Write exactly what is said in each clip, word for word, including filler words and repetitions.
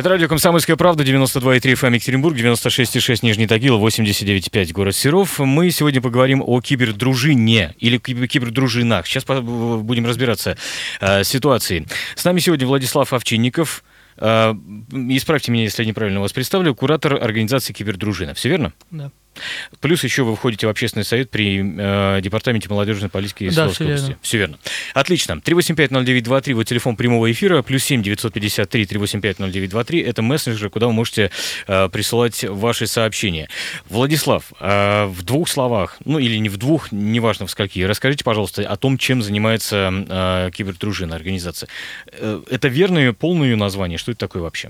Это радио «Комсомольская правда», девяносто два и три эф эм Екатеринбург, девяносто шесть и шесть Нижний Тагил, восемьдесят девять и пять город Серов. Мы сегодня поговорим о кибердружине или кибердружинах. Сейчас будем разбираться э, с ситуацией. С нами сегодня Владислав Овчинников. Э, исправьте меня, если я неправильно вас представлю. Куратор организации «Кибердружина». Все верно? Да. Плюс еще вы входите в общественный совет при э, Департаменте молодежной политики Свердловской области. Верно. Все верно. Отлично. три восемь пять ноль девять два три, вот телефон прямого эфира, плюс семь девятьсот пятьдесят три три восемь пять ноль девять два три. Это мессенджер, куда вы можете э, присылать ваши сообщения. Владислав, э, в двух словах, ну или не в двух, неважно в скольки, расскажите, пожалуйста, о том, чем занимается э, Кибердружина, организация. Э, это верное, полное ее название? Что это такое вообще?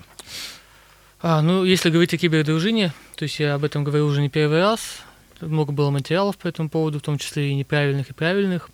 А, ну, если говорить о кибердружине, то есть я об этом говорю уже не первый раз, много было материалов по этому поводу, в том числе и неправильных, и правильных.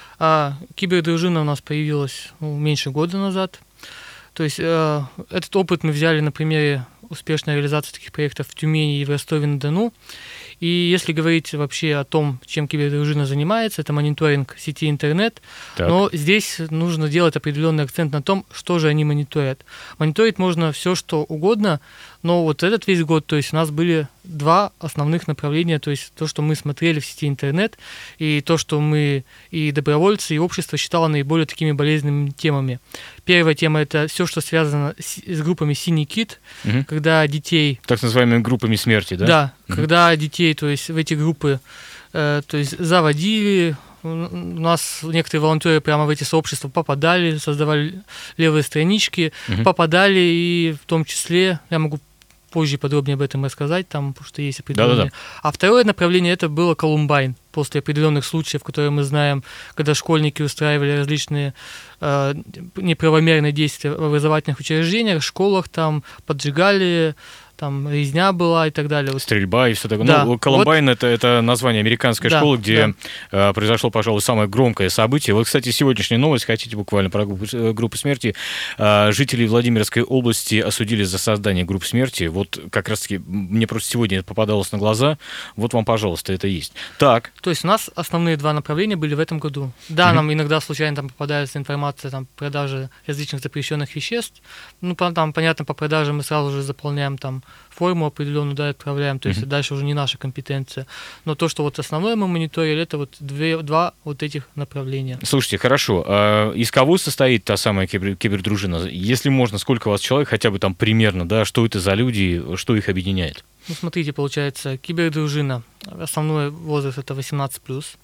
А кибердружина у нас появилась ну, меньше года назад. То есть э, этот опыт мы взяли на примере успешной реализации таких проектов в Тюмени и в Ростове-на-Дону. И если говорить вообще о том, чем кибердружина занимается, это мониторинг сети интернет, так. Но здесь нужно делать определенный акцент на том, что же они мониторят. Мониторить можно все, что угодно, но вот этот весь год, то есть у нас были два основных направления, то есть то, что мы смотрели в сети интернет, и то, что мы и добровольцы, и общество считало наиболее такими болезненными темами. Первая тема – это все, что связано с, с группами «Синий кит», угу. Когда детей… Так называемыми группами смерти, да? Да, угу. Когда детей, то есть в эти группы, э, то есть заводили, у нас некоторые волонтеры прямо в эти сообщества попадали, создавали левые странички, угу. попадали, и в том числе, я могу позже подробнее об этом рассказать, там, потому что есть определенные. Да-да-да. А второе направление – это было Колумбайн. После определенных случаев, которые мы знаем, когда школьники устраивали различные э, неправомерные действия в образовательных учреждениях, школах, там, поджигали, там резня была и так далее. Стрельба и все такое. Да. Ну, Колумбайн вот. это, это название американской да, школы, где да. э, произошло, пожалуй, самое громкое событие. Вот, кстати, сегодняшняя новость, хотите буквально про группу, группу смерти. Э, жители Владимирской области осудили за создание групп смерти. Вот как раз-таки мне просто сегодня это попадалось на глаза. Вот вам, пожалуйста, это есть. Так. То есть у нас основные два направления были в этом году. Да, mm-hmm. нам иногда случайно там попадается информация там продажи различных запрещенных веществ. Ну, там, понятно, по продаже мы сразу же заполняем там форму определенную, да, отправляем, то есть mm-hmm. дальше уже не наша компетенция. Но то, что вот основное мы мониторили, это вот две, два вот этих направления. Слушайте, хорошо. А из кого состоит та самая кибер, кибердружина? Если можно, сколько у вас человек, хотя бы там примерно, да, что это за люди, что их объединяет? Ну, смотрите, получается, кибердружина, основной возраст это восемнадцать плюс.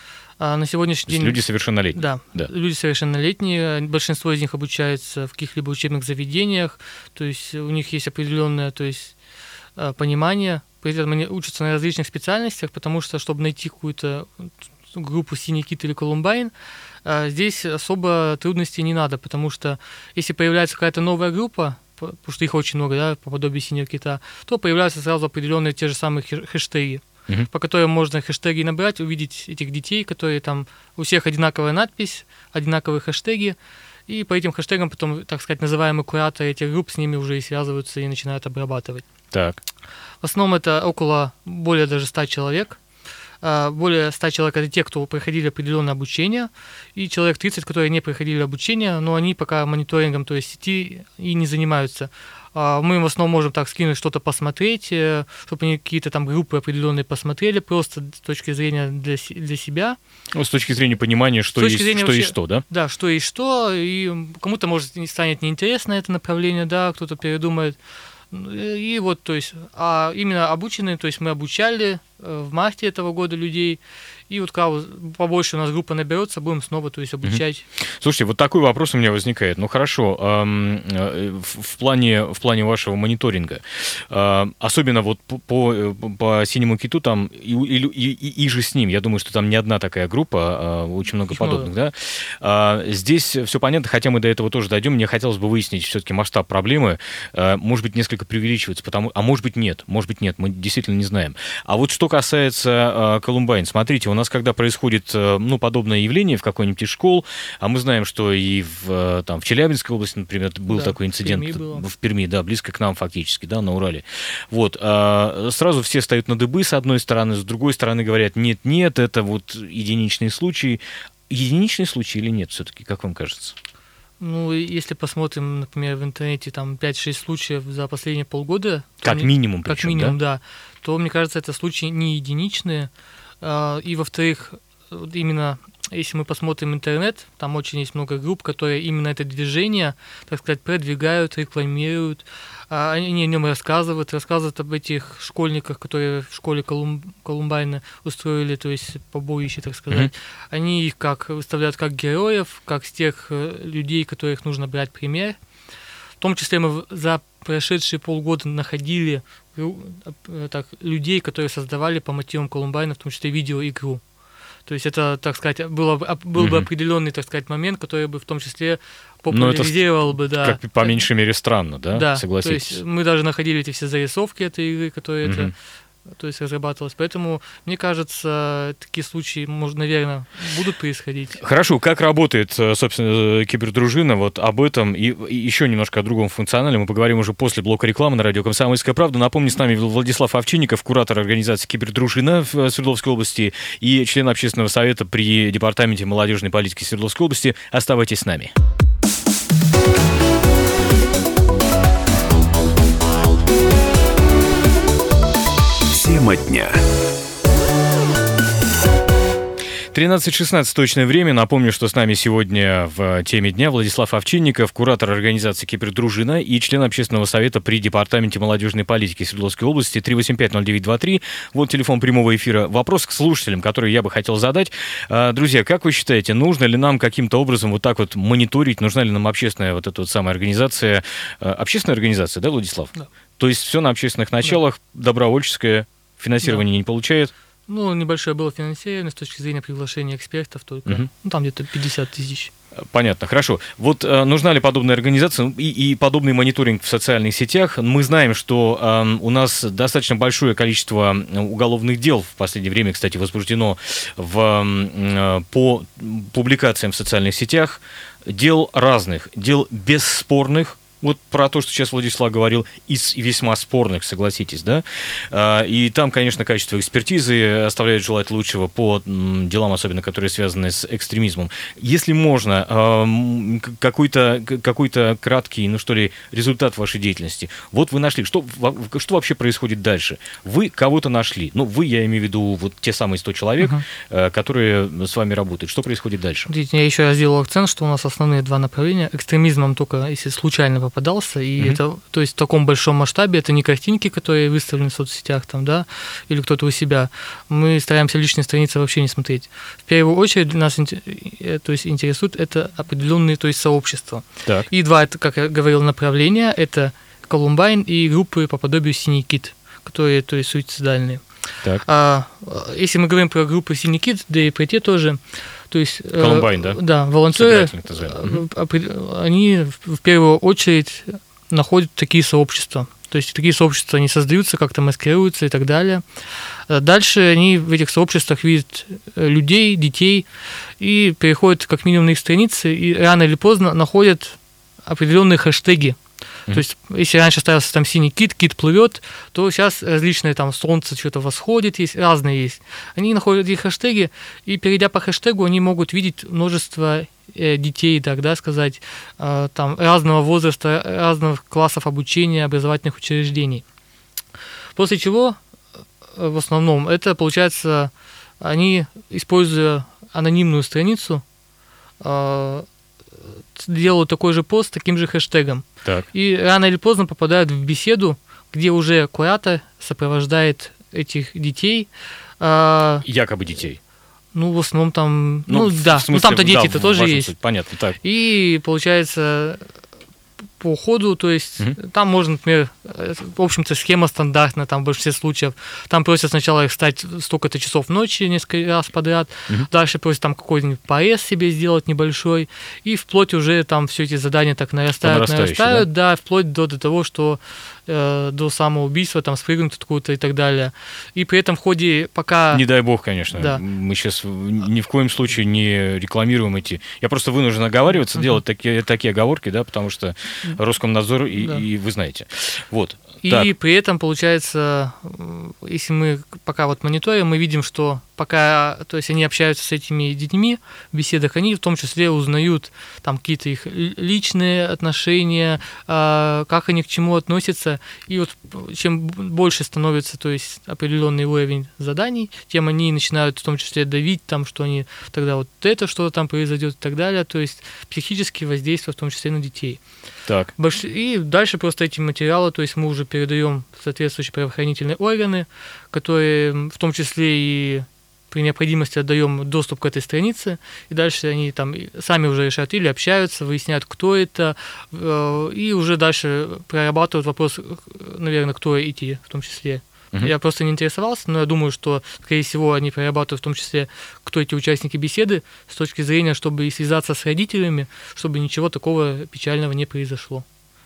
А на сегодняшний день... Люди совершеннолетние. Да, да, люди совершеннолетние. Большинство из них обучаются в каких-либо учебных заведениях, то есть у них есть определенное, то есть, понимание. При этом они учатся на различных специальностях, потому что, чтобы найти какую-то группу «Синий кит» или «Колумбайн», здесь особо трудностей не надо, потому что если появляется какая-то новая группа, потому что их очень много, да, по подобию «Синего кита», то появляются сразу определенные те же самые хэштеги, uh-huh. по которым можно хэштеги набрать, увидеть этих детей, которые там, у всех одинаковая надпись, одинаковые хэштеги, и по этим хэштегам потом, так сказать, называемые кураторы этих групп с ними уже и связываются и начинают обрабатывать. Так. В основном это около более даже ста человек. Более ста человек – это те, кто проходили определенное обучение, и человек тридцать, которые не проходили обучение, но они пока мониторингом, то есть сети, и не занимаются. Мы в основном можем так скинуть, что-то посмотреть, чтобы они какие-то там группы определенные посмотрели, просто с точки зрения для, для себя. Ну, с точки зрения понимания, что, есть, зрения что вообще, и что, да? Да, что и что, и кому-то, может, станет неинтересно это направление, да, кто-то передумает. И вот, то есть, а именно обученные, то есть мы обучали в марте этого года людей, и вот когда побольше у нас группа наберется, будем снова, то есть, обучать. Слушайте, вот такой вопрос у меня возникает. Ну хорошо, эм, в, в, плане, в плане вашего мониторинга, э, особенно вот по, по, по «Синему киту» там и, и, и, и же с ним, я думаю, что там не одна такая группа, э, очень много Их подобных, много. да? Э, здесь все понятно, хотя мы до этого тоже дойдем, мне хотелось бы выяснить все-таки масштаб проблемы, э, может быть, несколько преувеличивается, потому, а может быть, нет, может быть, нет, мы действительно не знаем. А вот что касается э, Колумбайн, смотрите, у нас когда происходит ну, подобное явление в какой-нибудь из школ, а мы знаем, что и в, там, в Челябинской области, например, был да, такой инцидент, в Перми, в Перми, да, близко к нам фактически, да, на Урале. Вот, а сразу все встают на дыбы с одной стороны, с другой стороны говорят, нет-нет, это вот единичный случай. Единичный случай или нет все-таки, как вам кажется? Ну, если посмотрим, например, в интернете там пять-шесть случаев за последние полгода, как мне, минимум, как причем, минимум, да? да, то, мне кажется, это случаи не единичные. И, во-вторых, именно если мы посмотрим интернет, там очень есть много групп, которые именно это движение, так сказать, продвигают, рекламируют, они о нем рассказывают, рассказывают об этих школьниках, которые в школе Колум... Колумбайна устроили, то есть побоище, так сказать. Mm-hmm. Они их как выставляют как героев, как с тех людей, которых нужно брать пример. В том числе мы за прошедшие полгода находили так, людей, которые создавали по мотивам Колумбайна, в том числе видеоигру. То есть это, так сказать, было, был бы mm-hmm. определенный, так сказать, момент, который бы в том числе популяризировал бы, да. Как по меньшей мере странно, да? Да, согласитесь. То есть мы даже находили эти все зарисовки этой игры, которые mm-hmm. это, то есть разрабатывалось. Поэтому, мне кажется, такие случаи, может, наверное, будут происходить. Хорошо, как работает, собственно, кибердружина, вот об этом и, и еще немножко о другом функционале мы поговорим уже после блока рекламы на радио «Комсомольская правда». Напомню, с нами Владислав Овчинников, куратор организации «Кибердружина» в Свердловской области и член общественного совета при Департаменте молодежной политики Свердловской области. Оставайтесь с нами. Тема дня. тринадцать шестнадцать точное время. Напомню, что с нами сегодня в теме дня Владислав Овчинников, куратор организации «Кибердружина» и член общественного совета при Департаменте молодежной политики Свердловской области. Три восемь пять ноль девять два три. Вот телефон прямого эфира. Вопрос к слушателям, который я бы хотел задать. Друзья, как вы считаете, нужно ли нам каким-то образом вот так вот мониторить, нужна ли нам общественная вот эта вот самая организация, общественная организация, да, Владислав? Да. То есть все на общественных началах, да. Добровольческое, финансирование да. не получает? Ну, небольшое было финансирование с точки зрения приглашения экспертов только. Угу. Ну, там где-то пятьдесят тысяч. Понятно, хорошо. Вот э, нужна ли подобная организация и, и подобный мониторинг в социальных сетях? Мы знаем, что э, у нас достаточно большое количество уголовных дел в последнее время, кстати, возбуждено в, э, по публикациям в социальных сетях. Дел разных, дел бесспорных. Вот про то, что сейчас Владислав говорил, из весьма спорных, согласитесь, да? И там, конечно, качество экспертизы оставляет желать лучшего по делам, особенно которые связаны с экстремизмом. Если можно, какой-то, какой-то краткий, ну что ли, результат вашей деятельности. Вот вы нашли, что, что вообще происходит дальше? Вы кого-то нашли, ну, вы, я имею в виду, вот те самые сто человек, uh-huh. которые с вами работают. Что происходит дальше? Видите, я еще раз сделал акцент, что у нас основные два направления. Экстремизмом только, если случайно попадался, и mm-hmm. это, то есть в таком большом масштабе, это не картинки, которые выставлены в соцсетях там, да, или кто-то у себя. Мы стараемся личные страницы вообще не смотреть. В первую очередь нас то есть, интересует это определенные, то есть сообщества. Так. И два, это, как я говорил, направления, это Колумбайн и группы по подобию Синий Кит, которые, то есть, суицидальные. Так. А, если мы говорим про группу Синий Кит, да и про те тоже, то есть, Колумбайн, э, да? Да, волонтеры, они в первую очередь находят такие сообщества. То есть такие сообщества, они создаются, как-то маскируются и так далее. Дальше они в этих сообществах видят людей, детей, и переходят как минимум на их страницы, и рано или поздно находят определенные хэштеги. Mm-hmm. То есть, если раньше ставился там синий кит, кит плывет, то сейчас различные там солнце что-то восходит, есть, разные есть. Они находят эти хэштеги, и перейдя по хэштегу, они могут видеть множество э, детей, так да, сказать, э, там разного возраста, разных классов обучения, образовательных учреждений. После чего, э, в основном, это получается, они, используя анонимную страницу, э, делают такой же пост с таким же хэштегом. Так. И рано или поздно попадают в беседу, где уже куратор сопровождает этих детей. Э, Якобы детей. Ну, в основном там... Ну, ну да, смысле, ну там-то дети-то да, тоже есть. Суть, понятно, так. И получается... по ходу, то есть mm-hmm. там можно, например, в общем-то, схема стандартная, там в большинстве случаев, там просят сначала их встать столько-то часов ночи несколько раз подряд, mm-hmm. дальше просят там какой-нибудь порез себе сделать небольшой, и вплоть уже там все эти задания так нарастают, нарастают, да? да, вплоть до, до того, что э, до самоубийства, там спрыгнуть откуда-то и так далее. И при этом в ходе пока... Не дай бог, конечно. Да. Мы сейчас ни в коем случае не рекламируем эти... Я просто вынужден оговариваться, mm-hmm. делать такие, такие оговорки, да, потому что Роскомнадзор, и, да. и вы знаете. Вот. И так. при этом, получается, если мы пока вот мониторим, мы видим, что пока, то есть они общаются с этими детьми в беседах, они в том числе узнают там какие-то их личные отношения, как они к чему относятся, и вот чем больше становится, то есть определенный уровень заданий, тем они начинают в том числе давить там, что они тогда вот это что-то там произойдет и так далее, то есть психические воздействия в том числе на детей. Так. И дальше просто эти материалы, то есть мы уже передаем в соответствующие правоохранительные органы, которые в том числе и при необходимости отдаем доступ к этой странице, и дальше они там сами уже решают или общаются, выясняют, кто это, и уже дальше прорабатывают вопрос, наверное, кто эти в том числе. Uh-huh. Я просто не интересовался, но я думаю, что, скорее всего, они прорабатывают в том числе, кто эти участники беседы, с точки зрения, чтобы и связаться с родителями, чтобы ничего такого печального не произошло.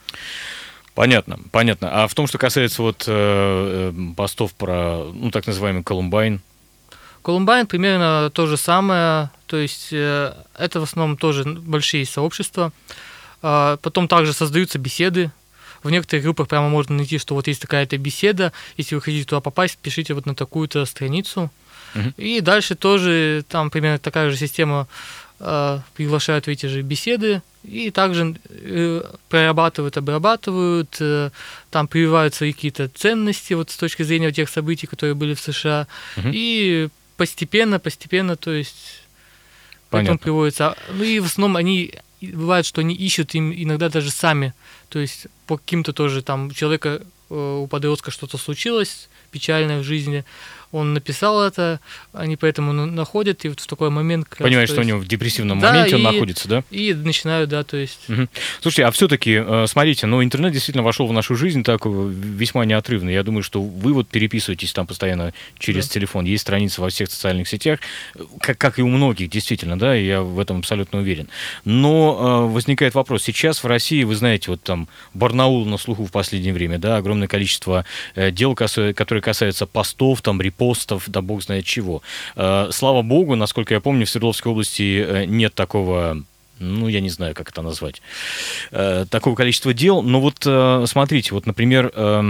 Понятно, понятно. А в том, что касается вот э, постов про, ну, так называемый Columbine? Columbine примерно то же самое, то есть э, это в основном тоже большие сообщества. Э, потом также создаются беседы. В некоторых группах прямо можно найти, что вот есть такая-то беседа, если вы хотите туда попасть, пишите вот на такую-то страницу. Uh-huh. И дальше тоже там примерно такая же система, э, приглашают в эти же беседы, и также э, прорабатывают, обрабатывают, э, там прививают свои какие-то ценности вот с точки зрения тех событий, которые были в США, uh-huh. и постепенно, постепенно, то есть к этому приводится. Ну и в основном они... Бывает, что они ищут им иногда даже сами, то есть по каким-то тоже там у человека, у подростка что-то случилось печальное в жизни, он написал это, они поэтому находят, и вот в такой момент... Понимаешь, что есть... у него в депрессивном да, моменте он и, находится, да? И начинают, да, то есть... Угу. Слушайте, а все-таки, смотрите, ну, интернет действительно вошел в нашу жизнь так весьма неотрывно. Я думаю, что вы вот переписываетесь там постоянно через да. телефон, есть страницы во всех социальных сетях, как, как и у многих, действительно, да, я в этом абсолютно уверен. Но э, возникает вопрос, сейчас в России, вы знаете, вот там Барнаул на слуху в последнее время, да, огромное количество э, дел, которые касаются постов, там, репостов, постов, да бог знает чего. Слава богу, насколько я помню, в Свердловской области нет такого, ну, я не знаю, как это назвать, такого количества дел. Но вот смотрите, вот, например,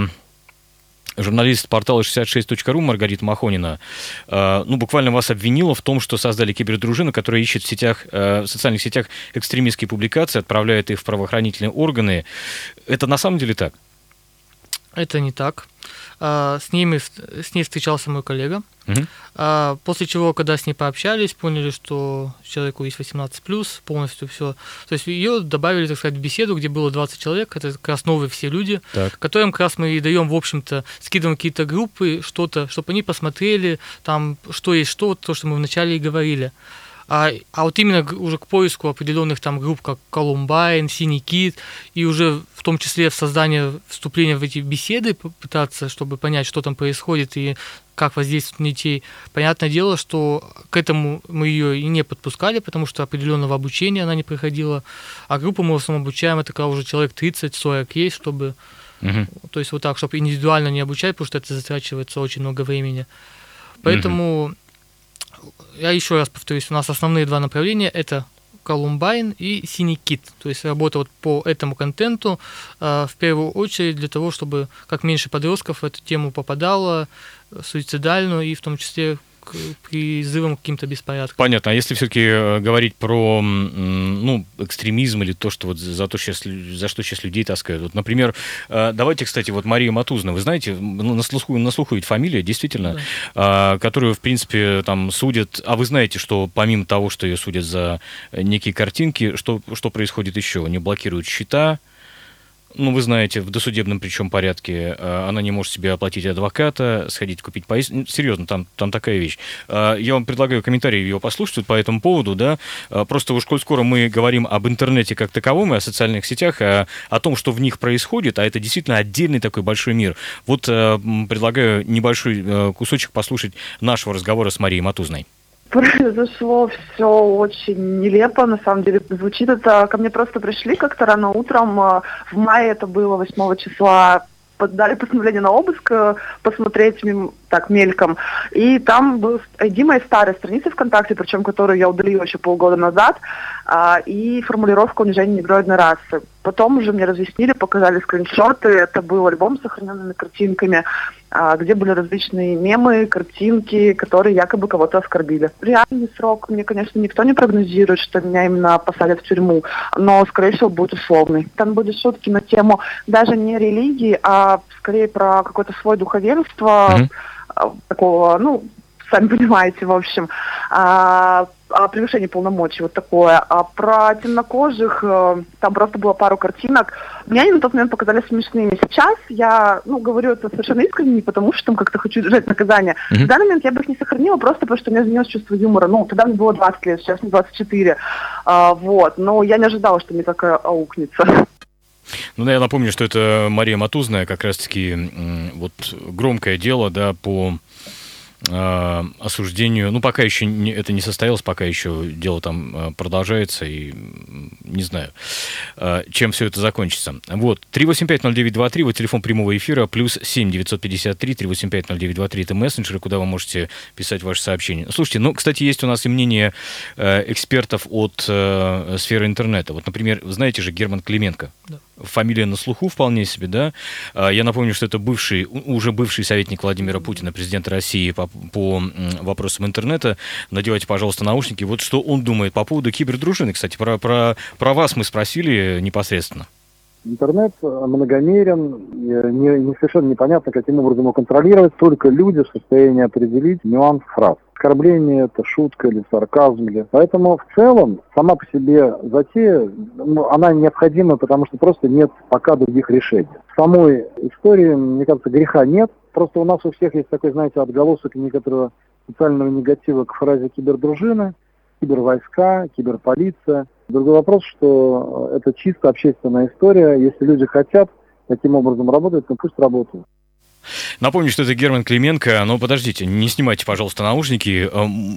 журналист портала шестьдесят шесть точка ру Маргарита Махонина, ну, буквально вас обвинила в том, что создали кибердружину, которая ищет в сетях, в социальных сетях экстремистские публикации, отправляет их в правоохранительные органы. Это на самом деле так? Это не так. С, ними, с ней встречался мой коллега, uh-huh. после чего, когда с ней пообщались, поняли, что человеку есть восемнадцать плюс, полностью все. То есть ее добавили, так сказать, в беседу, где было двадцать человек, это как раз новые все люди, так. которым как раз мы и даем, в общем-то, скидываем какие-то группы, что-то, чтобы они посмотрели, там, что есть что, то, что мы вначале и говорили. А, а вот именно уже к поиску определенных там групп, как Columbine, Синий кит, и уже в том числе в создание вступления в эти беседы попытаться, чтобы понять, что там происходит и как воздействует на детей. Понятное дело, что к этому мы ее и не подпускали, потому что определенного обучения она не проходила, а группу мы в основном обучаем, это когда уже человек тридцать-сорок есть, чтобы, угу. то есть вот так, чтобы индивидуально не обучать, потому что это затрачивается очень много времени. Поэтому... Угу. Я еще раз повторюсь, у нас основные два направления – это Columbine и Синий кит. То есть работа вот по этому контенту э, в первую очередь для того, чтобы как меньше подростков в эту тему попадало, суицидальную и в том числе к призывам к каким-то беспорядкам. Понятно. А если все-таки говорить про ну, экстремизм или то, что вот за, то сейчас, за что сейчас людей таскают. Вот, например, давайте, кстати, вот Мария Матузна, вы знаете, на слуху, на слуху ведь фамилия, действительно, да. которую, в принципе, там судят, а вы знаете, что помимо того, что ее судят за некие картинки, что, что происходит еще? Они блокируют счета, ну, вы знаете, в досудебном причем порядке она не может себе оплатить адвоката, сходить купить поесть. Серьезно, там, там такая вещь. Я вам предлагаю комментарий его послушать по этому поводу, да. Просто уж коль скоро мы говорим об интернете как таковом и о социальных сетях, о, о том, что в них происходит, а это действительно отдельный такой большой мир. Вот предлагаю небольшой кусочек послушать нашего разговора с Марией Матузной. Произошло все очень нелепо, на самом деле звучит это. Ко мне просто пришли как-то рано утром, в мае это было восьмого числа, дали постановление на обыск, посмотреть так, мельком. И там был ай ди моей старой страницы ВКонтакте, причем которую я удалила еще полгода назад, а, и формулировка унижения негроидной расы. Потом уже мне разъяснили, показали скриншоты. Это был альбом с сохраненными картинками, а, где были различные мемы, картинки, которые якобы кого-то оскорбили. Реальный срок мне, конечно, никто не прогнозирует, что меня именно посадят в тюрьму, но, скорее всего, будет условный. Там будут шутки на тему даже не религии, а скорее про какое-то свое духовенство, mm-hmm. такого, ну, сами понимаете, в общем, а, о превышении полномочий, вот такое. А про темнокожих, там просто было пару картинок. Мне они на тот момент показались смешными. Сейчас я, ну, говорю это совершенно искренне, не потому что там как-то хочу избежать наказания. Mm-hmm. В данный момент я бы их не сохранила, просто потому что у меня изменилось чувство юмора. Ну, тогда мне было двадцать лет, сейчас мне двадцать четыре. А, вот. Но я не ожидала, что мне так аукнется. Ну, я напомню, что это Мария Матузная, как раз-таки вот громкое дело, да, по осуждению, ну, пока еще не, это не состоялось, пока еще дело там продолжается, и не знаю, чем все это закончится. Вот, три восемь пять ноль девять два три, вот телефон прямого эфира, плюс семь девятьсот пятьдесят три три восемь пять ноль девять два три, это мессенджеры, куда вы можете писать ваши сообщения. Слушайте, ну, кстати, есть у нас и мнение экспертов от э, сферы интернета. Вот, например, вы знаете же Герман Клименко? Да. Фамилия на слуху вполне себе, да? Я напомню, что это бывший, уже бывший советник Владимира Путина, президента России по, по вопросам интернета. Надевайте, пожалуйста, наушники. Вот что он думает по поводу кибердружины. Кстати, про, про, про вас мы спросили непосредственно. Интернет многомерен, не, не совершенно непонятно, каким образом его контролировать. Только люди в состоянии определить нюанс фраз. Оскорбление, это шутка или сарказм. Или... Поэтому в целом сама по себе затея, ну, она необходима, потому что просто нет пока других решений. В самой истории, мне кажется, греха нет. Просто у нас у всех есть такой, знаете, отголосок некоторого социального негатива к фразе кибердружины, кибервойска, киберполиция. Другой вопрос, что это чисто общественная история. Если люди хотят таким образом работать, то пусть работают. Напомню, что это Герман Клименко, но подождите, не снимайте, пожалуйста, наушники.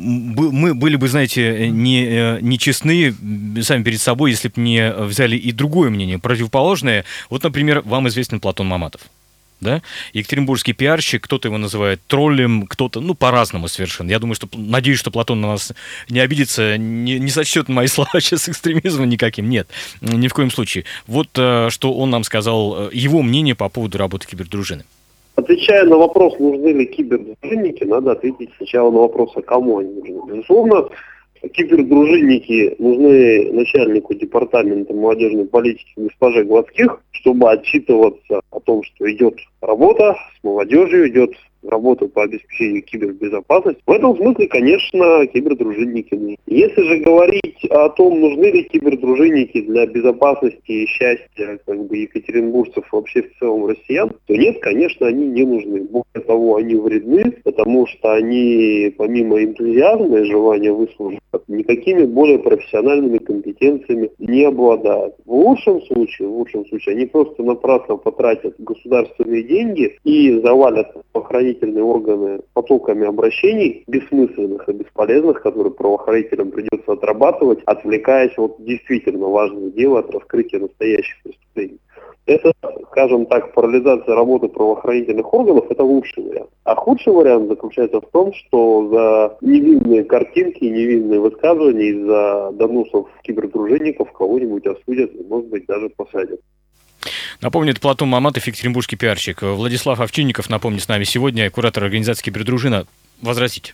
Мы были бы, знаете, не, не честны сами перед собой, если бы не взяли и другое мнение, противоположное. Вот, например, вам известен Платон Маматов. Да? Екатеринбургский пиарщик, кто-то его называет троллем, кто-то, ну, по-разному совершенно. Я думаю, что, надеюсь, что Платон на нас не обидится, не, не сочтет мои слова сейчас экстремизмом никаким. Нет, ни в коем случае. Вот что он нам сказал, его мнение по поводу работы кибердружины. Отвечая на вопрос, нужны ли кибердружинники, надо ответить сначала на вопрос, а кому они нужны. Безусловно, кибердружинники нужны начальнику департамента молодежной политики госпоже Гладских, чтобы отчитываться о том, что идет работа с молодежью, идет работа по обеспечению кибербезопасности. В этом смысле, конечно, кибердружинники нужны. Если же говорить о том, нужны ли кибердружинники для безопасности и счастья как бы, екатеринбуржцев, вообще в целом россиян, то нет, конечно, они не нужны. Более того, они вредны, потому что они, помимо энтузиазма и желания выслужить, никакими более профессиональными компетенциями не обладают. В лучшем случае, в лучшем случае, они просто напрасно потратят государственные деньги и завалят правоохранительные органы потоками обращений, бессмысленных и бесполезных, которые правоохранителям придется отрабатывать, отвлекаясь от действительно важного дела, от раскрытия настоящих преступлений. Это, скажем так, парализация работы правоохранительных органов – это лучший вариант. А худший вариант заключается в том, что за невинные картинки, невинные высказывания из-за доносов кибердружинников кого-нибудь осудят и, может быть, даже посадят. Напомню, это Платон Маматов, екатеринбургский пиарщик. Владислав Овчинников, напомню, с нами сегодня, куратор организации «Кибердружина». Возразите.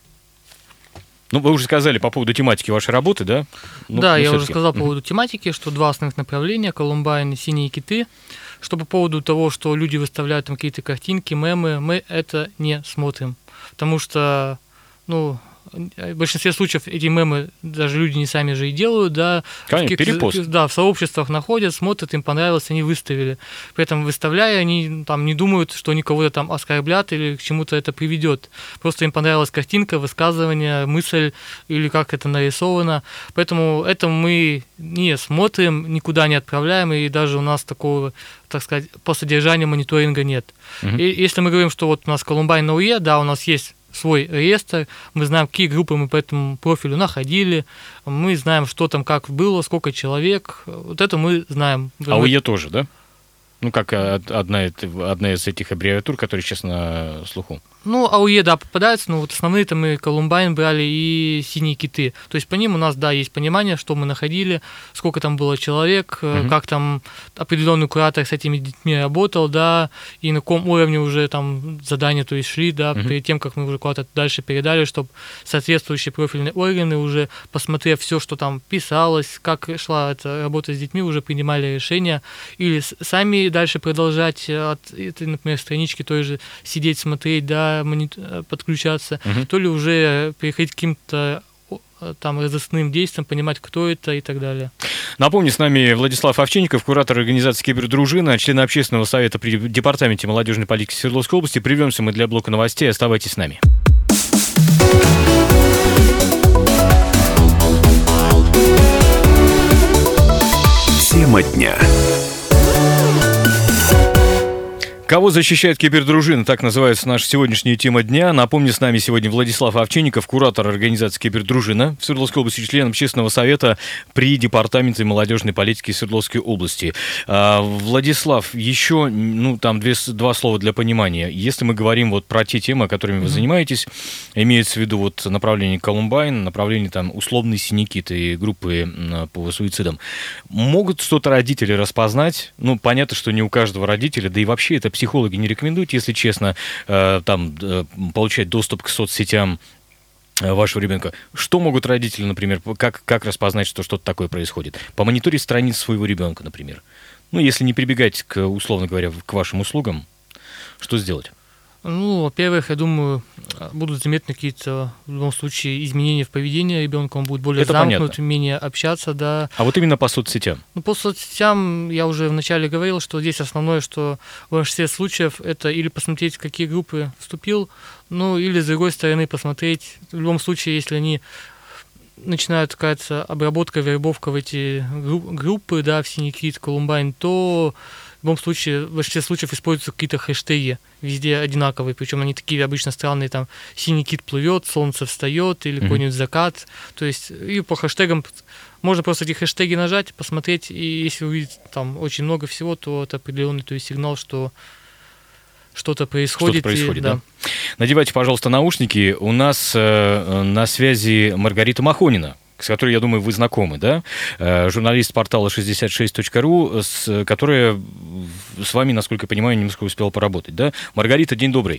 Ну, вы уже сказали по поводу тематики вашей работы, да? Ну, да, ну, я все-таки. уже сказал по поводу тематики, что два основных направления, Колумбайн и синие киты. Что по поводу того, что люди выставляют там какие-то картинки, мемы, мы это не смотрим. Потому что, ну, в большинстве случаев эти мемы даже люди не сами же и делают, да. Конечно, перепост. Да, в сообществах находят, смотрят, им понравилось, они выставили. При этом, выставляя, они там не думают, что они кого-то там оскорблят или к чему-то это приведет. Просто им понравилась картинка, высказывание, мысль или как это нарисовано. Поэтому это мы не смотрим, никуда не отправляем, и даже у нас такого, так сказать, по содержанию мониторинга нет. Угу. И если мы говорим, что вот у нас Колумбайн на УЕ, да, у нас есть свой реестр, мы знаем, какие группы мы по этому профилю находили, мы знаем, что там, как было, сколько человек, вот это мы знаем. А УЕ тоже, да? Ну, как одна, одна из этих аббревиатур, которые сейчас на слуху. Ну, АУЕ, да, попадаются, но вот основные-то мы Колумбайн брали и синие киты. То есть по ним у нас, да, есть понимание, что мы находили, сколько там было человек, uh-huh. как там определенный куратор с этими детьми работал, да, и на каком уровне уже там задания, то есть шли, да, uh-huh. перед тем, как мы уже куда-то дальше передали, чтобы соответствующие профильные органы уже, посмотрев все, что там писалось, как шла эта работа с детьми, уже принимали решения, или сами дальше продолжать от этой, например, странички той же сидеть, смотреть, да, подключаться, uh-huh. то ли уже переходить к каким-то там разыскным действиям, понимать, кто это и так далее. Напомню, с нами Владислав Овчинников, куратор организации «Кибердружина», член общественного совета при Департаменте молодежной политики Свердловской области. Прервемся мы для блока новостей. Оставайтесь с нами. Тема дня. Кого защищает кибердружина? Так называется наша сегодняшняя тема дня. Напомню, с нами сегодня Владислав Овчинников, куратор организации «Кибердружина» в Свердловской области, член общественного совета при Департаменте молодежной политики Свердловской области. А, Владислав, еще ну, там две, два слова для понимания. Если мы говорим вот про те темы, которыми вы mm-hmm. занимаетесь, имеется в виду вот направление Колумбайн, направление там условные синякит и группы по суицидам, могут что-то родители распознать? Ну, понятно, что не у каждого родителя, да и вообще это психологи не рекомендуют, если честно, э, там, э, получать доступ к соцсетям вашего ребенка. Что могут родители, например, как, как распознать, что что-то такое происходит? Помониторить страницы своего ребенка, например. Ну, если не прибегать, к, условно говоря, к вашим услугам, что сделать? Ну, во-первых, я думаю, будут заметны какие-то, в любом случае, изменения в поведении ребенка, он будет более это замкнут, понятно. менее общаться, да. А вот именно по соцсетям? Ну, по соцсетям я уже вначале говорил, что здесь основное, что в большинстве случаев это или посмотреть, в какие группы вступил, ну, или с другой стороны посмотреть, в любом случае, если они начинают, кажется, обработка, вербовка в эти группы, да, в синякит, Колумбайн, то в любом случае, в большинстве случаев используются какие-то хэштеги, везде одинаковые, причем они такие обычно странные, там, синий кит плывет, солнце встает, или mm-hmm. какой-нибудь закат, то есть, и по хэштегам, можно просто эти хэштеги нажать, посмотреть, и если увидеть там очень много всего, то это определенный, то есть, сигнал, что что-то происходит. Что-то происходит, и, да. да. Надевайте, пожалуйста, наушники, у нас э, на связи Маргарита Махонина, с которой, я думаю, вы знакомы, да? Журналист портала шестьдесят шесть точка ру, с, которая с вами, насколько я понимаю, немножко успела поработать, да? Маргарита, день добрый.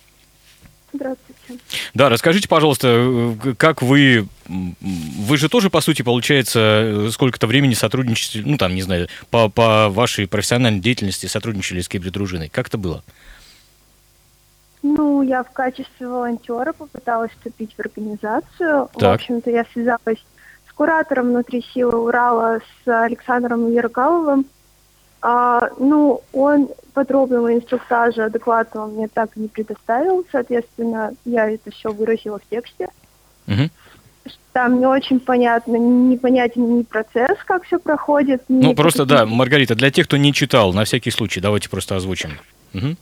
Здравствуйте. Да, расскажите, пожалуйста, как вы... Вы же тоже, по сути, получается, сколько-то времени сотрудничаете, ну, там, не знаю, по, по вашей профессиональной деятельности сотрудничали с кибердружиной. Как это было? Ну, я в качестве волонтера попыталась вступить в организацию. Так. В общем-то, я связалась с куратором внутри силы Урала, с Александром Яркаловым. А, ну, он подробного инструктажа адекватного мне так и не предоставил. Соответственно, я это все выразила в тексте. Угу. Там не очень понятно, непонятен ни процесс, как все проходит. Ну, просто, да, Маргарита, для тех, кто не читал, на всякий случай, давайте просто озвучим. Угу.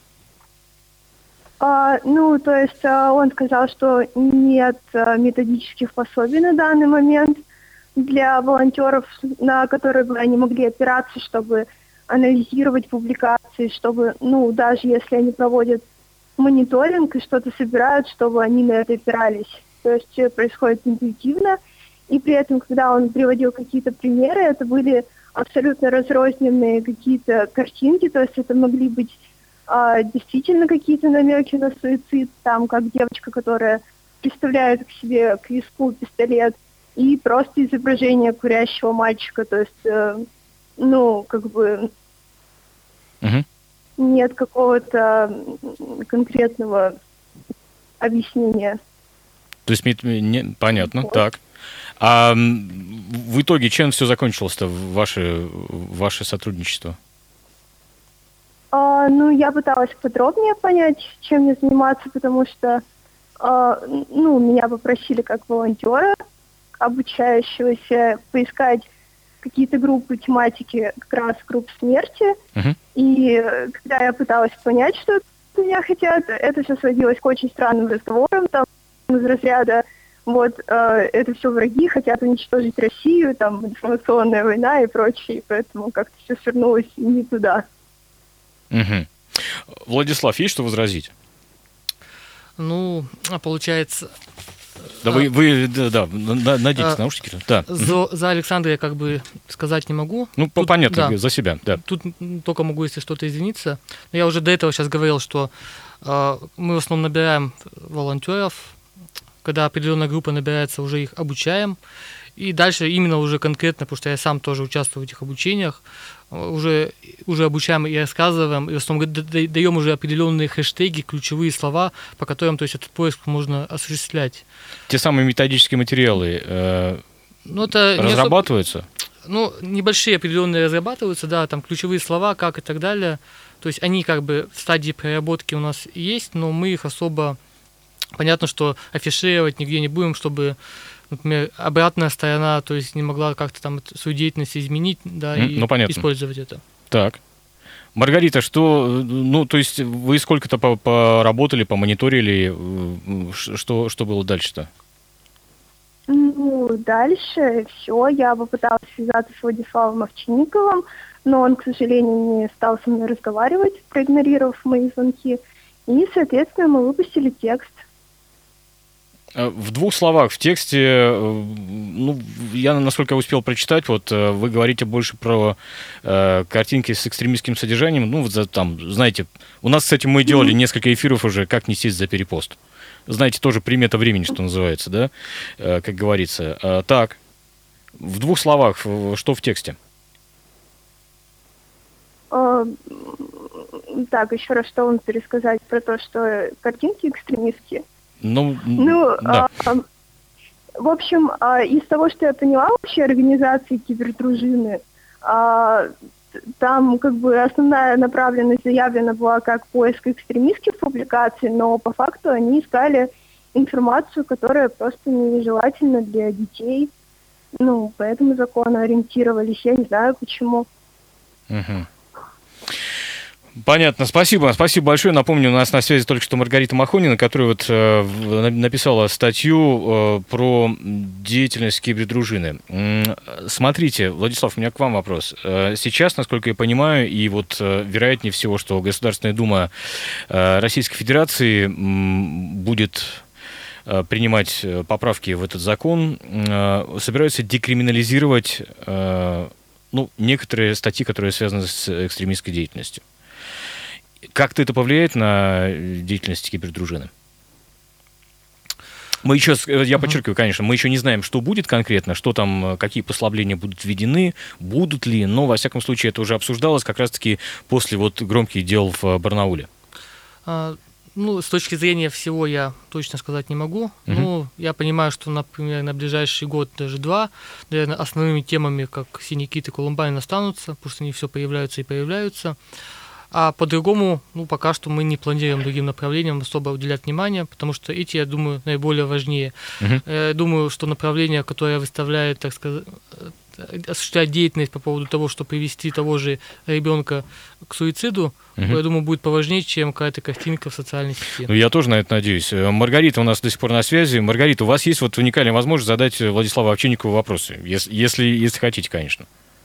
А, ну, то есть а, он сказал, что нет а, методических пособий на данный момент для волонтеров, на которые бы они могли опираться, чтобы анализировать публикации, чтобы, ну, даже если они проводят мониторинг и что-то собирают, чтобы они на это опирались. То есть все происходит интуитивно, и при этом, когда он приводил какие-то примеры, это были абсолютно разрозненные какие-то картинки, то есть это могли быть а, действительно какие-то намеки на суицид, там, как девочка, которая представляет к себе к виску пистолет, и просто изображение курящего мальчика, то есть, э, ну, как бы угу. нет какого-то конкретного объяснения. То есть, не, понятно, вот. Так. А в итоге чем все закончилось-то, ваше, ваше сотрудничество? А, ну, я пыталась подробнее понять, чем мне заниматься, потому что, а, ну, меня попросили как волонтера, обучающегося, поискать какие-то группы тематики, как раз групп смерти. Uh-huh. И когда я пыталась понять, что от меня хотят, это все сводилось к очень странным разговорам, там, из разряда, вот, э, это все враги, хотят уничтожить Россию, там, информационная война и прочее, поэтому как-то все свернулось не туда. Угу. Владислав, есть что возразить? Ну, а получается... Да, а, вы, вы да, да, наденьте а, наушники. Да. За, за Александра я как бы сказать не могу. Ну, тут, понятно, да, за себя, да. Тут только могу, если что-то, извиниться. Но я уже до этого сейчас говорил, что э, мы в основном набираем волонтеров. Когда определенная группа набирается, уже их обучаем. И дальше именно уже конкретно, потому что я сам тоже участвую в этих обучениях, уже, уже обучаем и рассказываем, и в основном даем уже определенные хэштеги, ключевые слова, по которым, то есть, этот поиск можно осуществлять. Те самые методические материалы э, ну, это разрабатываются? Не особо, ну, небольшие определенные разрабатываются, да, там ключевые слова, как и так далее. То есть они как бы в стадии проработки у нас есть, но мы их особо, понятно, что афишировать нигде не будем, чтобы... Например, обратная сторона, то есть не могла как-то там свою деятельность изменить, да, mm, и ну, использовать это. Так. Маргарита, что, ну, то есть вы сколько-то поработали, помониторили, что, что было дальше-то? Ну, дальше все, я попыталась связаться с Владиславом Овчинниковым, но он, к сожалению, не стал со мной разговаривать, проигнорировав мои звонки, и, соответственно, мы выпустили текст. В двух словах, в тексте, ну, я, насколько я успел прочитать, вот вы говорите больше про э, картинки с экстремистским содержанием. Ну, вот там, знаете, у нас с этим мы делали несколько эфиров уже, как нестись за перепост. Знаете, тоже примета времени, что называется, да, э, как говорится. А, так, в двух словах, что в тексте? А, так, еще раз, что вам пересказать про то, что картинки экстремистские? Ну, ну да. а, в общем, а, из того, что я поняла вообще организации кибердружины, а, там как бы основная направленность заявлена была как поиск экстремистских публикаций, но по факту они искали информацию, которая просто нежелательна для детей. Ну, по этому закону ориентировались. Я не знаю, почему. Угу. Понятно, спасибо, спасибо большое. Напомню, у нас на связи только что Маргарита Махонина, которая вот э, написала статью э, про деятельность кибердружины. Смотрите, Владислав, у меня к вам вопрос. Э, сейчас, насколько я понимаю, и вот э, вероятнее всего, что Государственная Дума э, Российской Федерации э, будет э, принимать поправки в этот закон, э, собираются декриминализировать э, ну, некоторые статьи, которые связаны с экстремистской деятельностью. Как-то это повлияет на деятельность кибердружины? Мы еще, я подчеркиваю, конечно, мы еще не знаем, что будет конкретно, что там, какие послабления будут введены, будут ли, но, во всяком случае, это уже обсуждалось как раз-таки после вот громких дел в Барнауле. А, ну, с точки зрения всего я точно сказать не могу. Uh-huh. Ну, я понимаю, что, например, на ближайший год, даже два, наверное, основными темами, как «Синий кит» и «Колумбайн» останутся, потому что они все появляются и появляются. А по-другому, ну, пока что мы не планируем другим направлениям особо уделять внимание, потому что эти, я думаю, наиболее важнее. Uh-huh. Я думаю, что направление, которое выставляет, так сказать, осуществлять деятельность по поводу того, что привести того же ребенка к суициду, uh-huh. я думаю, будет поважнее, чем какая-то картинка в социальной сети. Ну, я тоже на это надеюсь. Маргарита у нас до сих пор на связи. Маргарита, у вас есть вот уникальная возможность задать Владиславу Овчинникову вопросы, если, если, если хотите, конечно.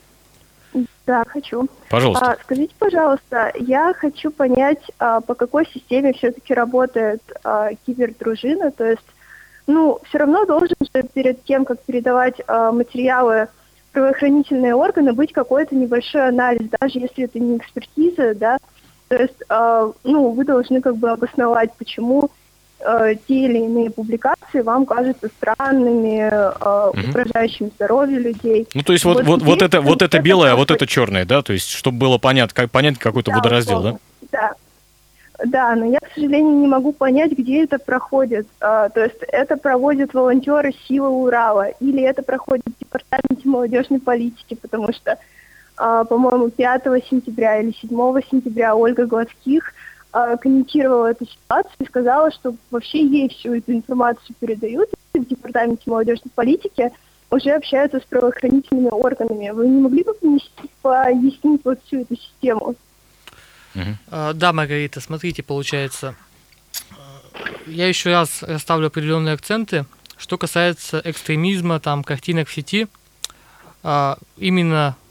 Да, хочу. Пожалуйста. А, скажите, пожалуйста, я хочу понять, а, по какой системе все-таки работает а, кибердружина. То есть, ну, все равно должен же перед тем, как передавать а, материалы в правоохранительные органы, быть какой-то небольшой анализ, даже если это не экспертиза, да. То есть, а, ну, вы должны как бы обосновать, почему а, те или иные публикации вам кажутся странными, а, угу. угрожающими здоровью людей. Ну, то есть вот, вот, вот, это, вот это белое, а вот это черное, да? То есть, чтобы было понятно, как, понятно какой-то да, водораздел, да? Да. Да, но я, к сожалению, не могу понять, где это проходит. А, то есть это проводят волонтеры Силы Урала, или это проходит в Департаменте молодежной политики, потому что, а, по-моему, пятого сентября или седьмого сентября Ольга Гладских комментировала эту ситуацию и сказала, что вообще ей всю эту информацию передают, и в Департаменте молодежной политики уже общаются с правоохранительными органами. Вы не могли бы пояснить вот всю эту систему? Uh-huh. Да, Маргарита, смотрите, получается, я еще раз расставлю определенные акценты. Что касается экстремизма, там, картинок в сети, именно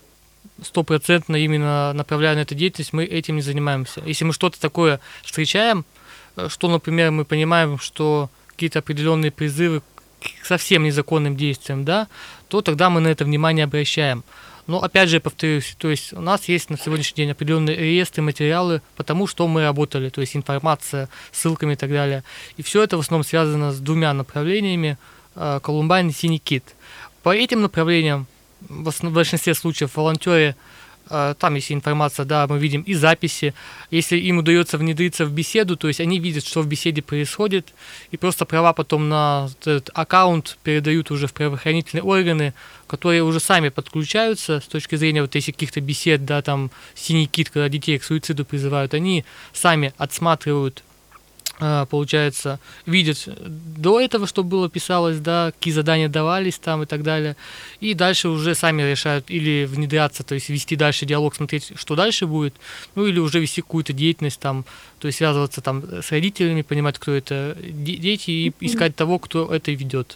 стопроцентно именно направляя на эту деятельность, мы этим не занимаемся. Если мы что-то такое встречаем, что, например, мы понимаем, что какие-то определенные призывы к совсем незаконным действиям, да, то тогда мы на это внимание обращаем. Но опять же, повторюсь, то есть у нас есть на сегодняшний день определенные реестры, материалы по тому, что мы работали, то есть информация, ссылками и так далее. И все это в основном связано с двумя направлениями – Колумбайн и Синий кит. По этим направлениям в, основ... в большинстве случаев волонтеры, там есть информация, да, мы видим и записи. Если им удается внедриться в беседу, то есть они видят, что в беседе происходит, и просто права потом на этот аккаунт передают уже в правоохранительные органы, которые уже сами подключаются с точки зрения вот если каких-то бесед, да, там Синий кит, когда детей к суициду призывают, они сами отсматривают, получается, видят до этого, что было писалось, да, какие задания давались там и так далее, и дальше уже сами решают или внедряться, то есть вести дальше диалог, смотреть, что дальше будет, ну или уже вести какую-то деятельность там, то есть связываться там с родителями, понимать, кто это дети, и искать того, кто это ведет.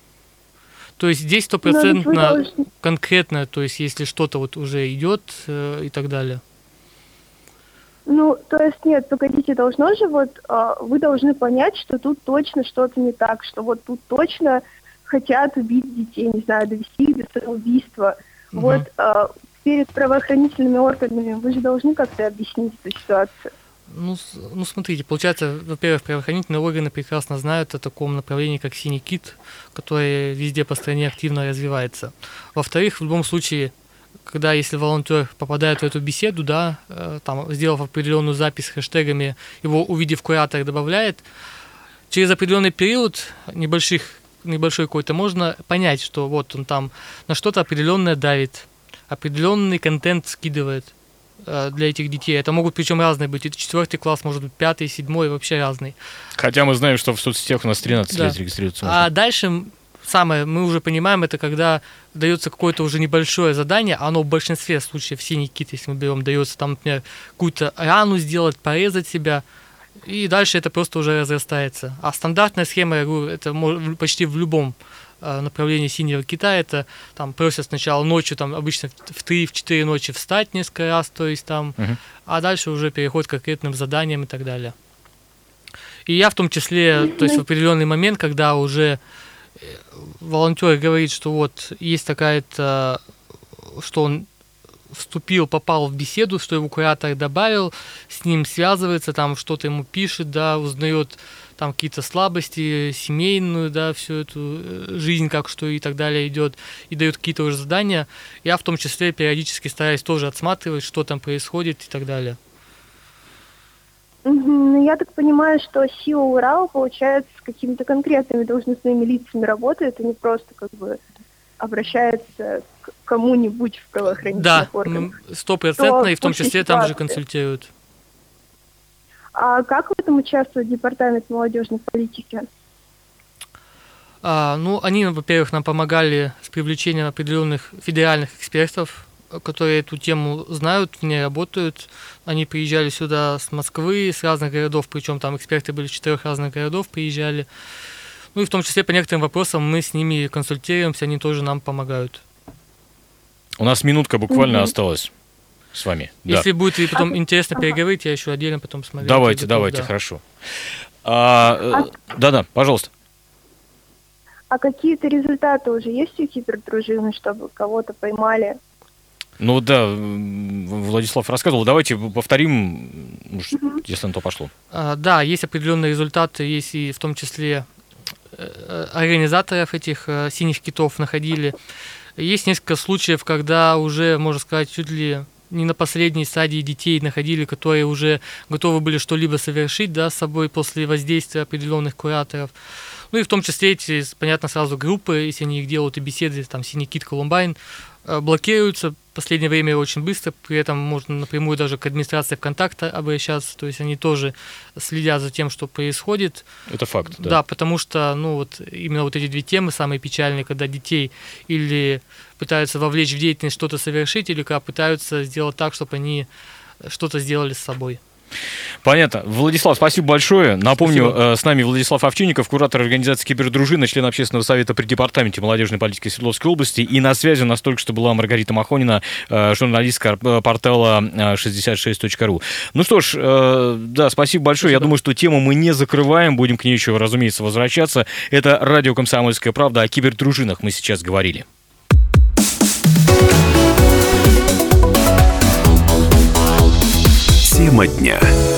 То есть здесь стопроцентно конкретно, то есть если что-то вот уже идет э, и так далее. Ну, то есть нет, погодите, должно же вот, э, вы должны понять, что тут точно что-то не так, что вот тут точно хотят убить детей, не знаю, довести их до самоубийства. Угу. Вот э, перед правоохранительными органами вы же должны как-то объяснить эту ситуацию. Ну, ну, смотрите, получается, во-первых, правоохранительные органы прекрасно знают о таком направлении, как Синий кит, которое везде по стране активно развивается. Во-вторых, в любом случае, когда если волонтер попадает в эту беседу, да, там, сделав определенную запись с хэштегами, его увидев куратор добавляет, через определенный период небольших, небольшой какой-то можно понять, что вот он там на что-то определенное давит, определенный контент скидывает для этих детей. Это могут причем разные быть. Это четвертый класс, может быть, пятый, седьмой, вообще разный. Хотя мы знаем, что в соцсетях у нас тринадцать да. лет регистрируется. А дальше самое, мы уже понимаем, это когда дается какое-то уже небольшое задание, оно в большинстве случаев Синий кит, если мы берем, дается там, например, какую-то рану сделать, порезать себя, и дальше это просто уже разрастается. А стандартная схема, я говорю, это почти в любом направлении Синего кита, это там просят сначала ночью, там обычно в три-четыре ночи встать несколько раз, то есть там, uh-huh. а дальше уже переход к конкретным заданиям и так далее. И я в том числе, то есть в определенный момент, когда уже волонтер говорит, что вот есть такая-то, что он вступил, попал в беседу, что его куратор добавил, с ним связывается, там что-то ему пишет, да, узнает там какие-то слабости, семейную, да, всю эту жизнь, как что и так далее идет, и дает какие-то уже задания. Я в том числе периодически стараюсь тоже отсматривать, что там происходит и так далее. Ну, я так понимаю, что сила Урала, получается, с какими-то конкретными должностными лицами работает, а не просто как бы обращается к кому-нибудь в правоохранительных органах. Да, стопроцентно, и в том числе там же консультируют. А как в этом участвует департамент молодежной политики? А, ну, они, во-первых, нам помогали с привлечением определенных федеральных экспертов, которые эту тему знают, в ней работают. Они приезжали сюда с Москвы, с разных городов, причем там эксперты были с четырех разных городов, приезжали. Ну и в том числе по некоторым вопросам мы с ними консультируемся, они тоже нам помогают. У нас минутка буквально mm-hmm. осталась с вами. Если да. будет и потом интересно переговорить, я еще отдельно потом смотрю. Давайте, давайте, да. Хорошо. А, а... Да-да, пожалуйста. А какие-то результаты уже есть у кибердружины, чтобы кого-то поймали? Ну да, Владислав рассказывал. Давайте повторим, mm-hmm. если на то пошло. А, да, есть определенные результаты, есть и в том числе организаторов этих синих китов находили. Есть несколько случаев, когда уже, можно сказать, чуть ли не на последней стадии детей находили, которые уже готовы были что-либо совершить, да, с собой после воздействия определенных кураторов. Ну и в том числе эти, понятно, сразу группы, если они их делают и беседы, там, Синий кит, Колумбайн, блокируются в последнее время очень быстро, при этом можно напрямую даже к администрации ВКонтакте обращаться, то есть они тоже следят за тем, что происходит. Это факт, да. Да, потому что, ну вот, именно вот эти две темы самые печальные, когда детей или пытаются вовлечь в деятельность что-то совершить, или когда пытаются сделать так, чтобы они что-то сделали с собой. Понятно. Владислав, спасибо большое. Напомню, Спасибо. с нами Владислав Овчинников, куратор организации «Кибердружина», член общественного совета при департаменте молодежной политики Свердловской области. И на связи у нас только что была Маргарита Махонина, журналистка портала шестьдесят шесть точка ру. Ну что ж, да, спасибо большое. Спасибо. Я думаю, что тему мы не закрываем. Будем к ней еще, разумеется, возвращаться. Это радио «Комсомольская правда». О кибердружинах мы сейчас говорили. Тема дня.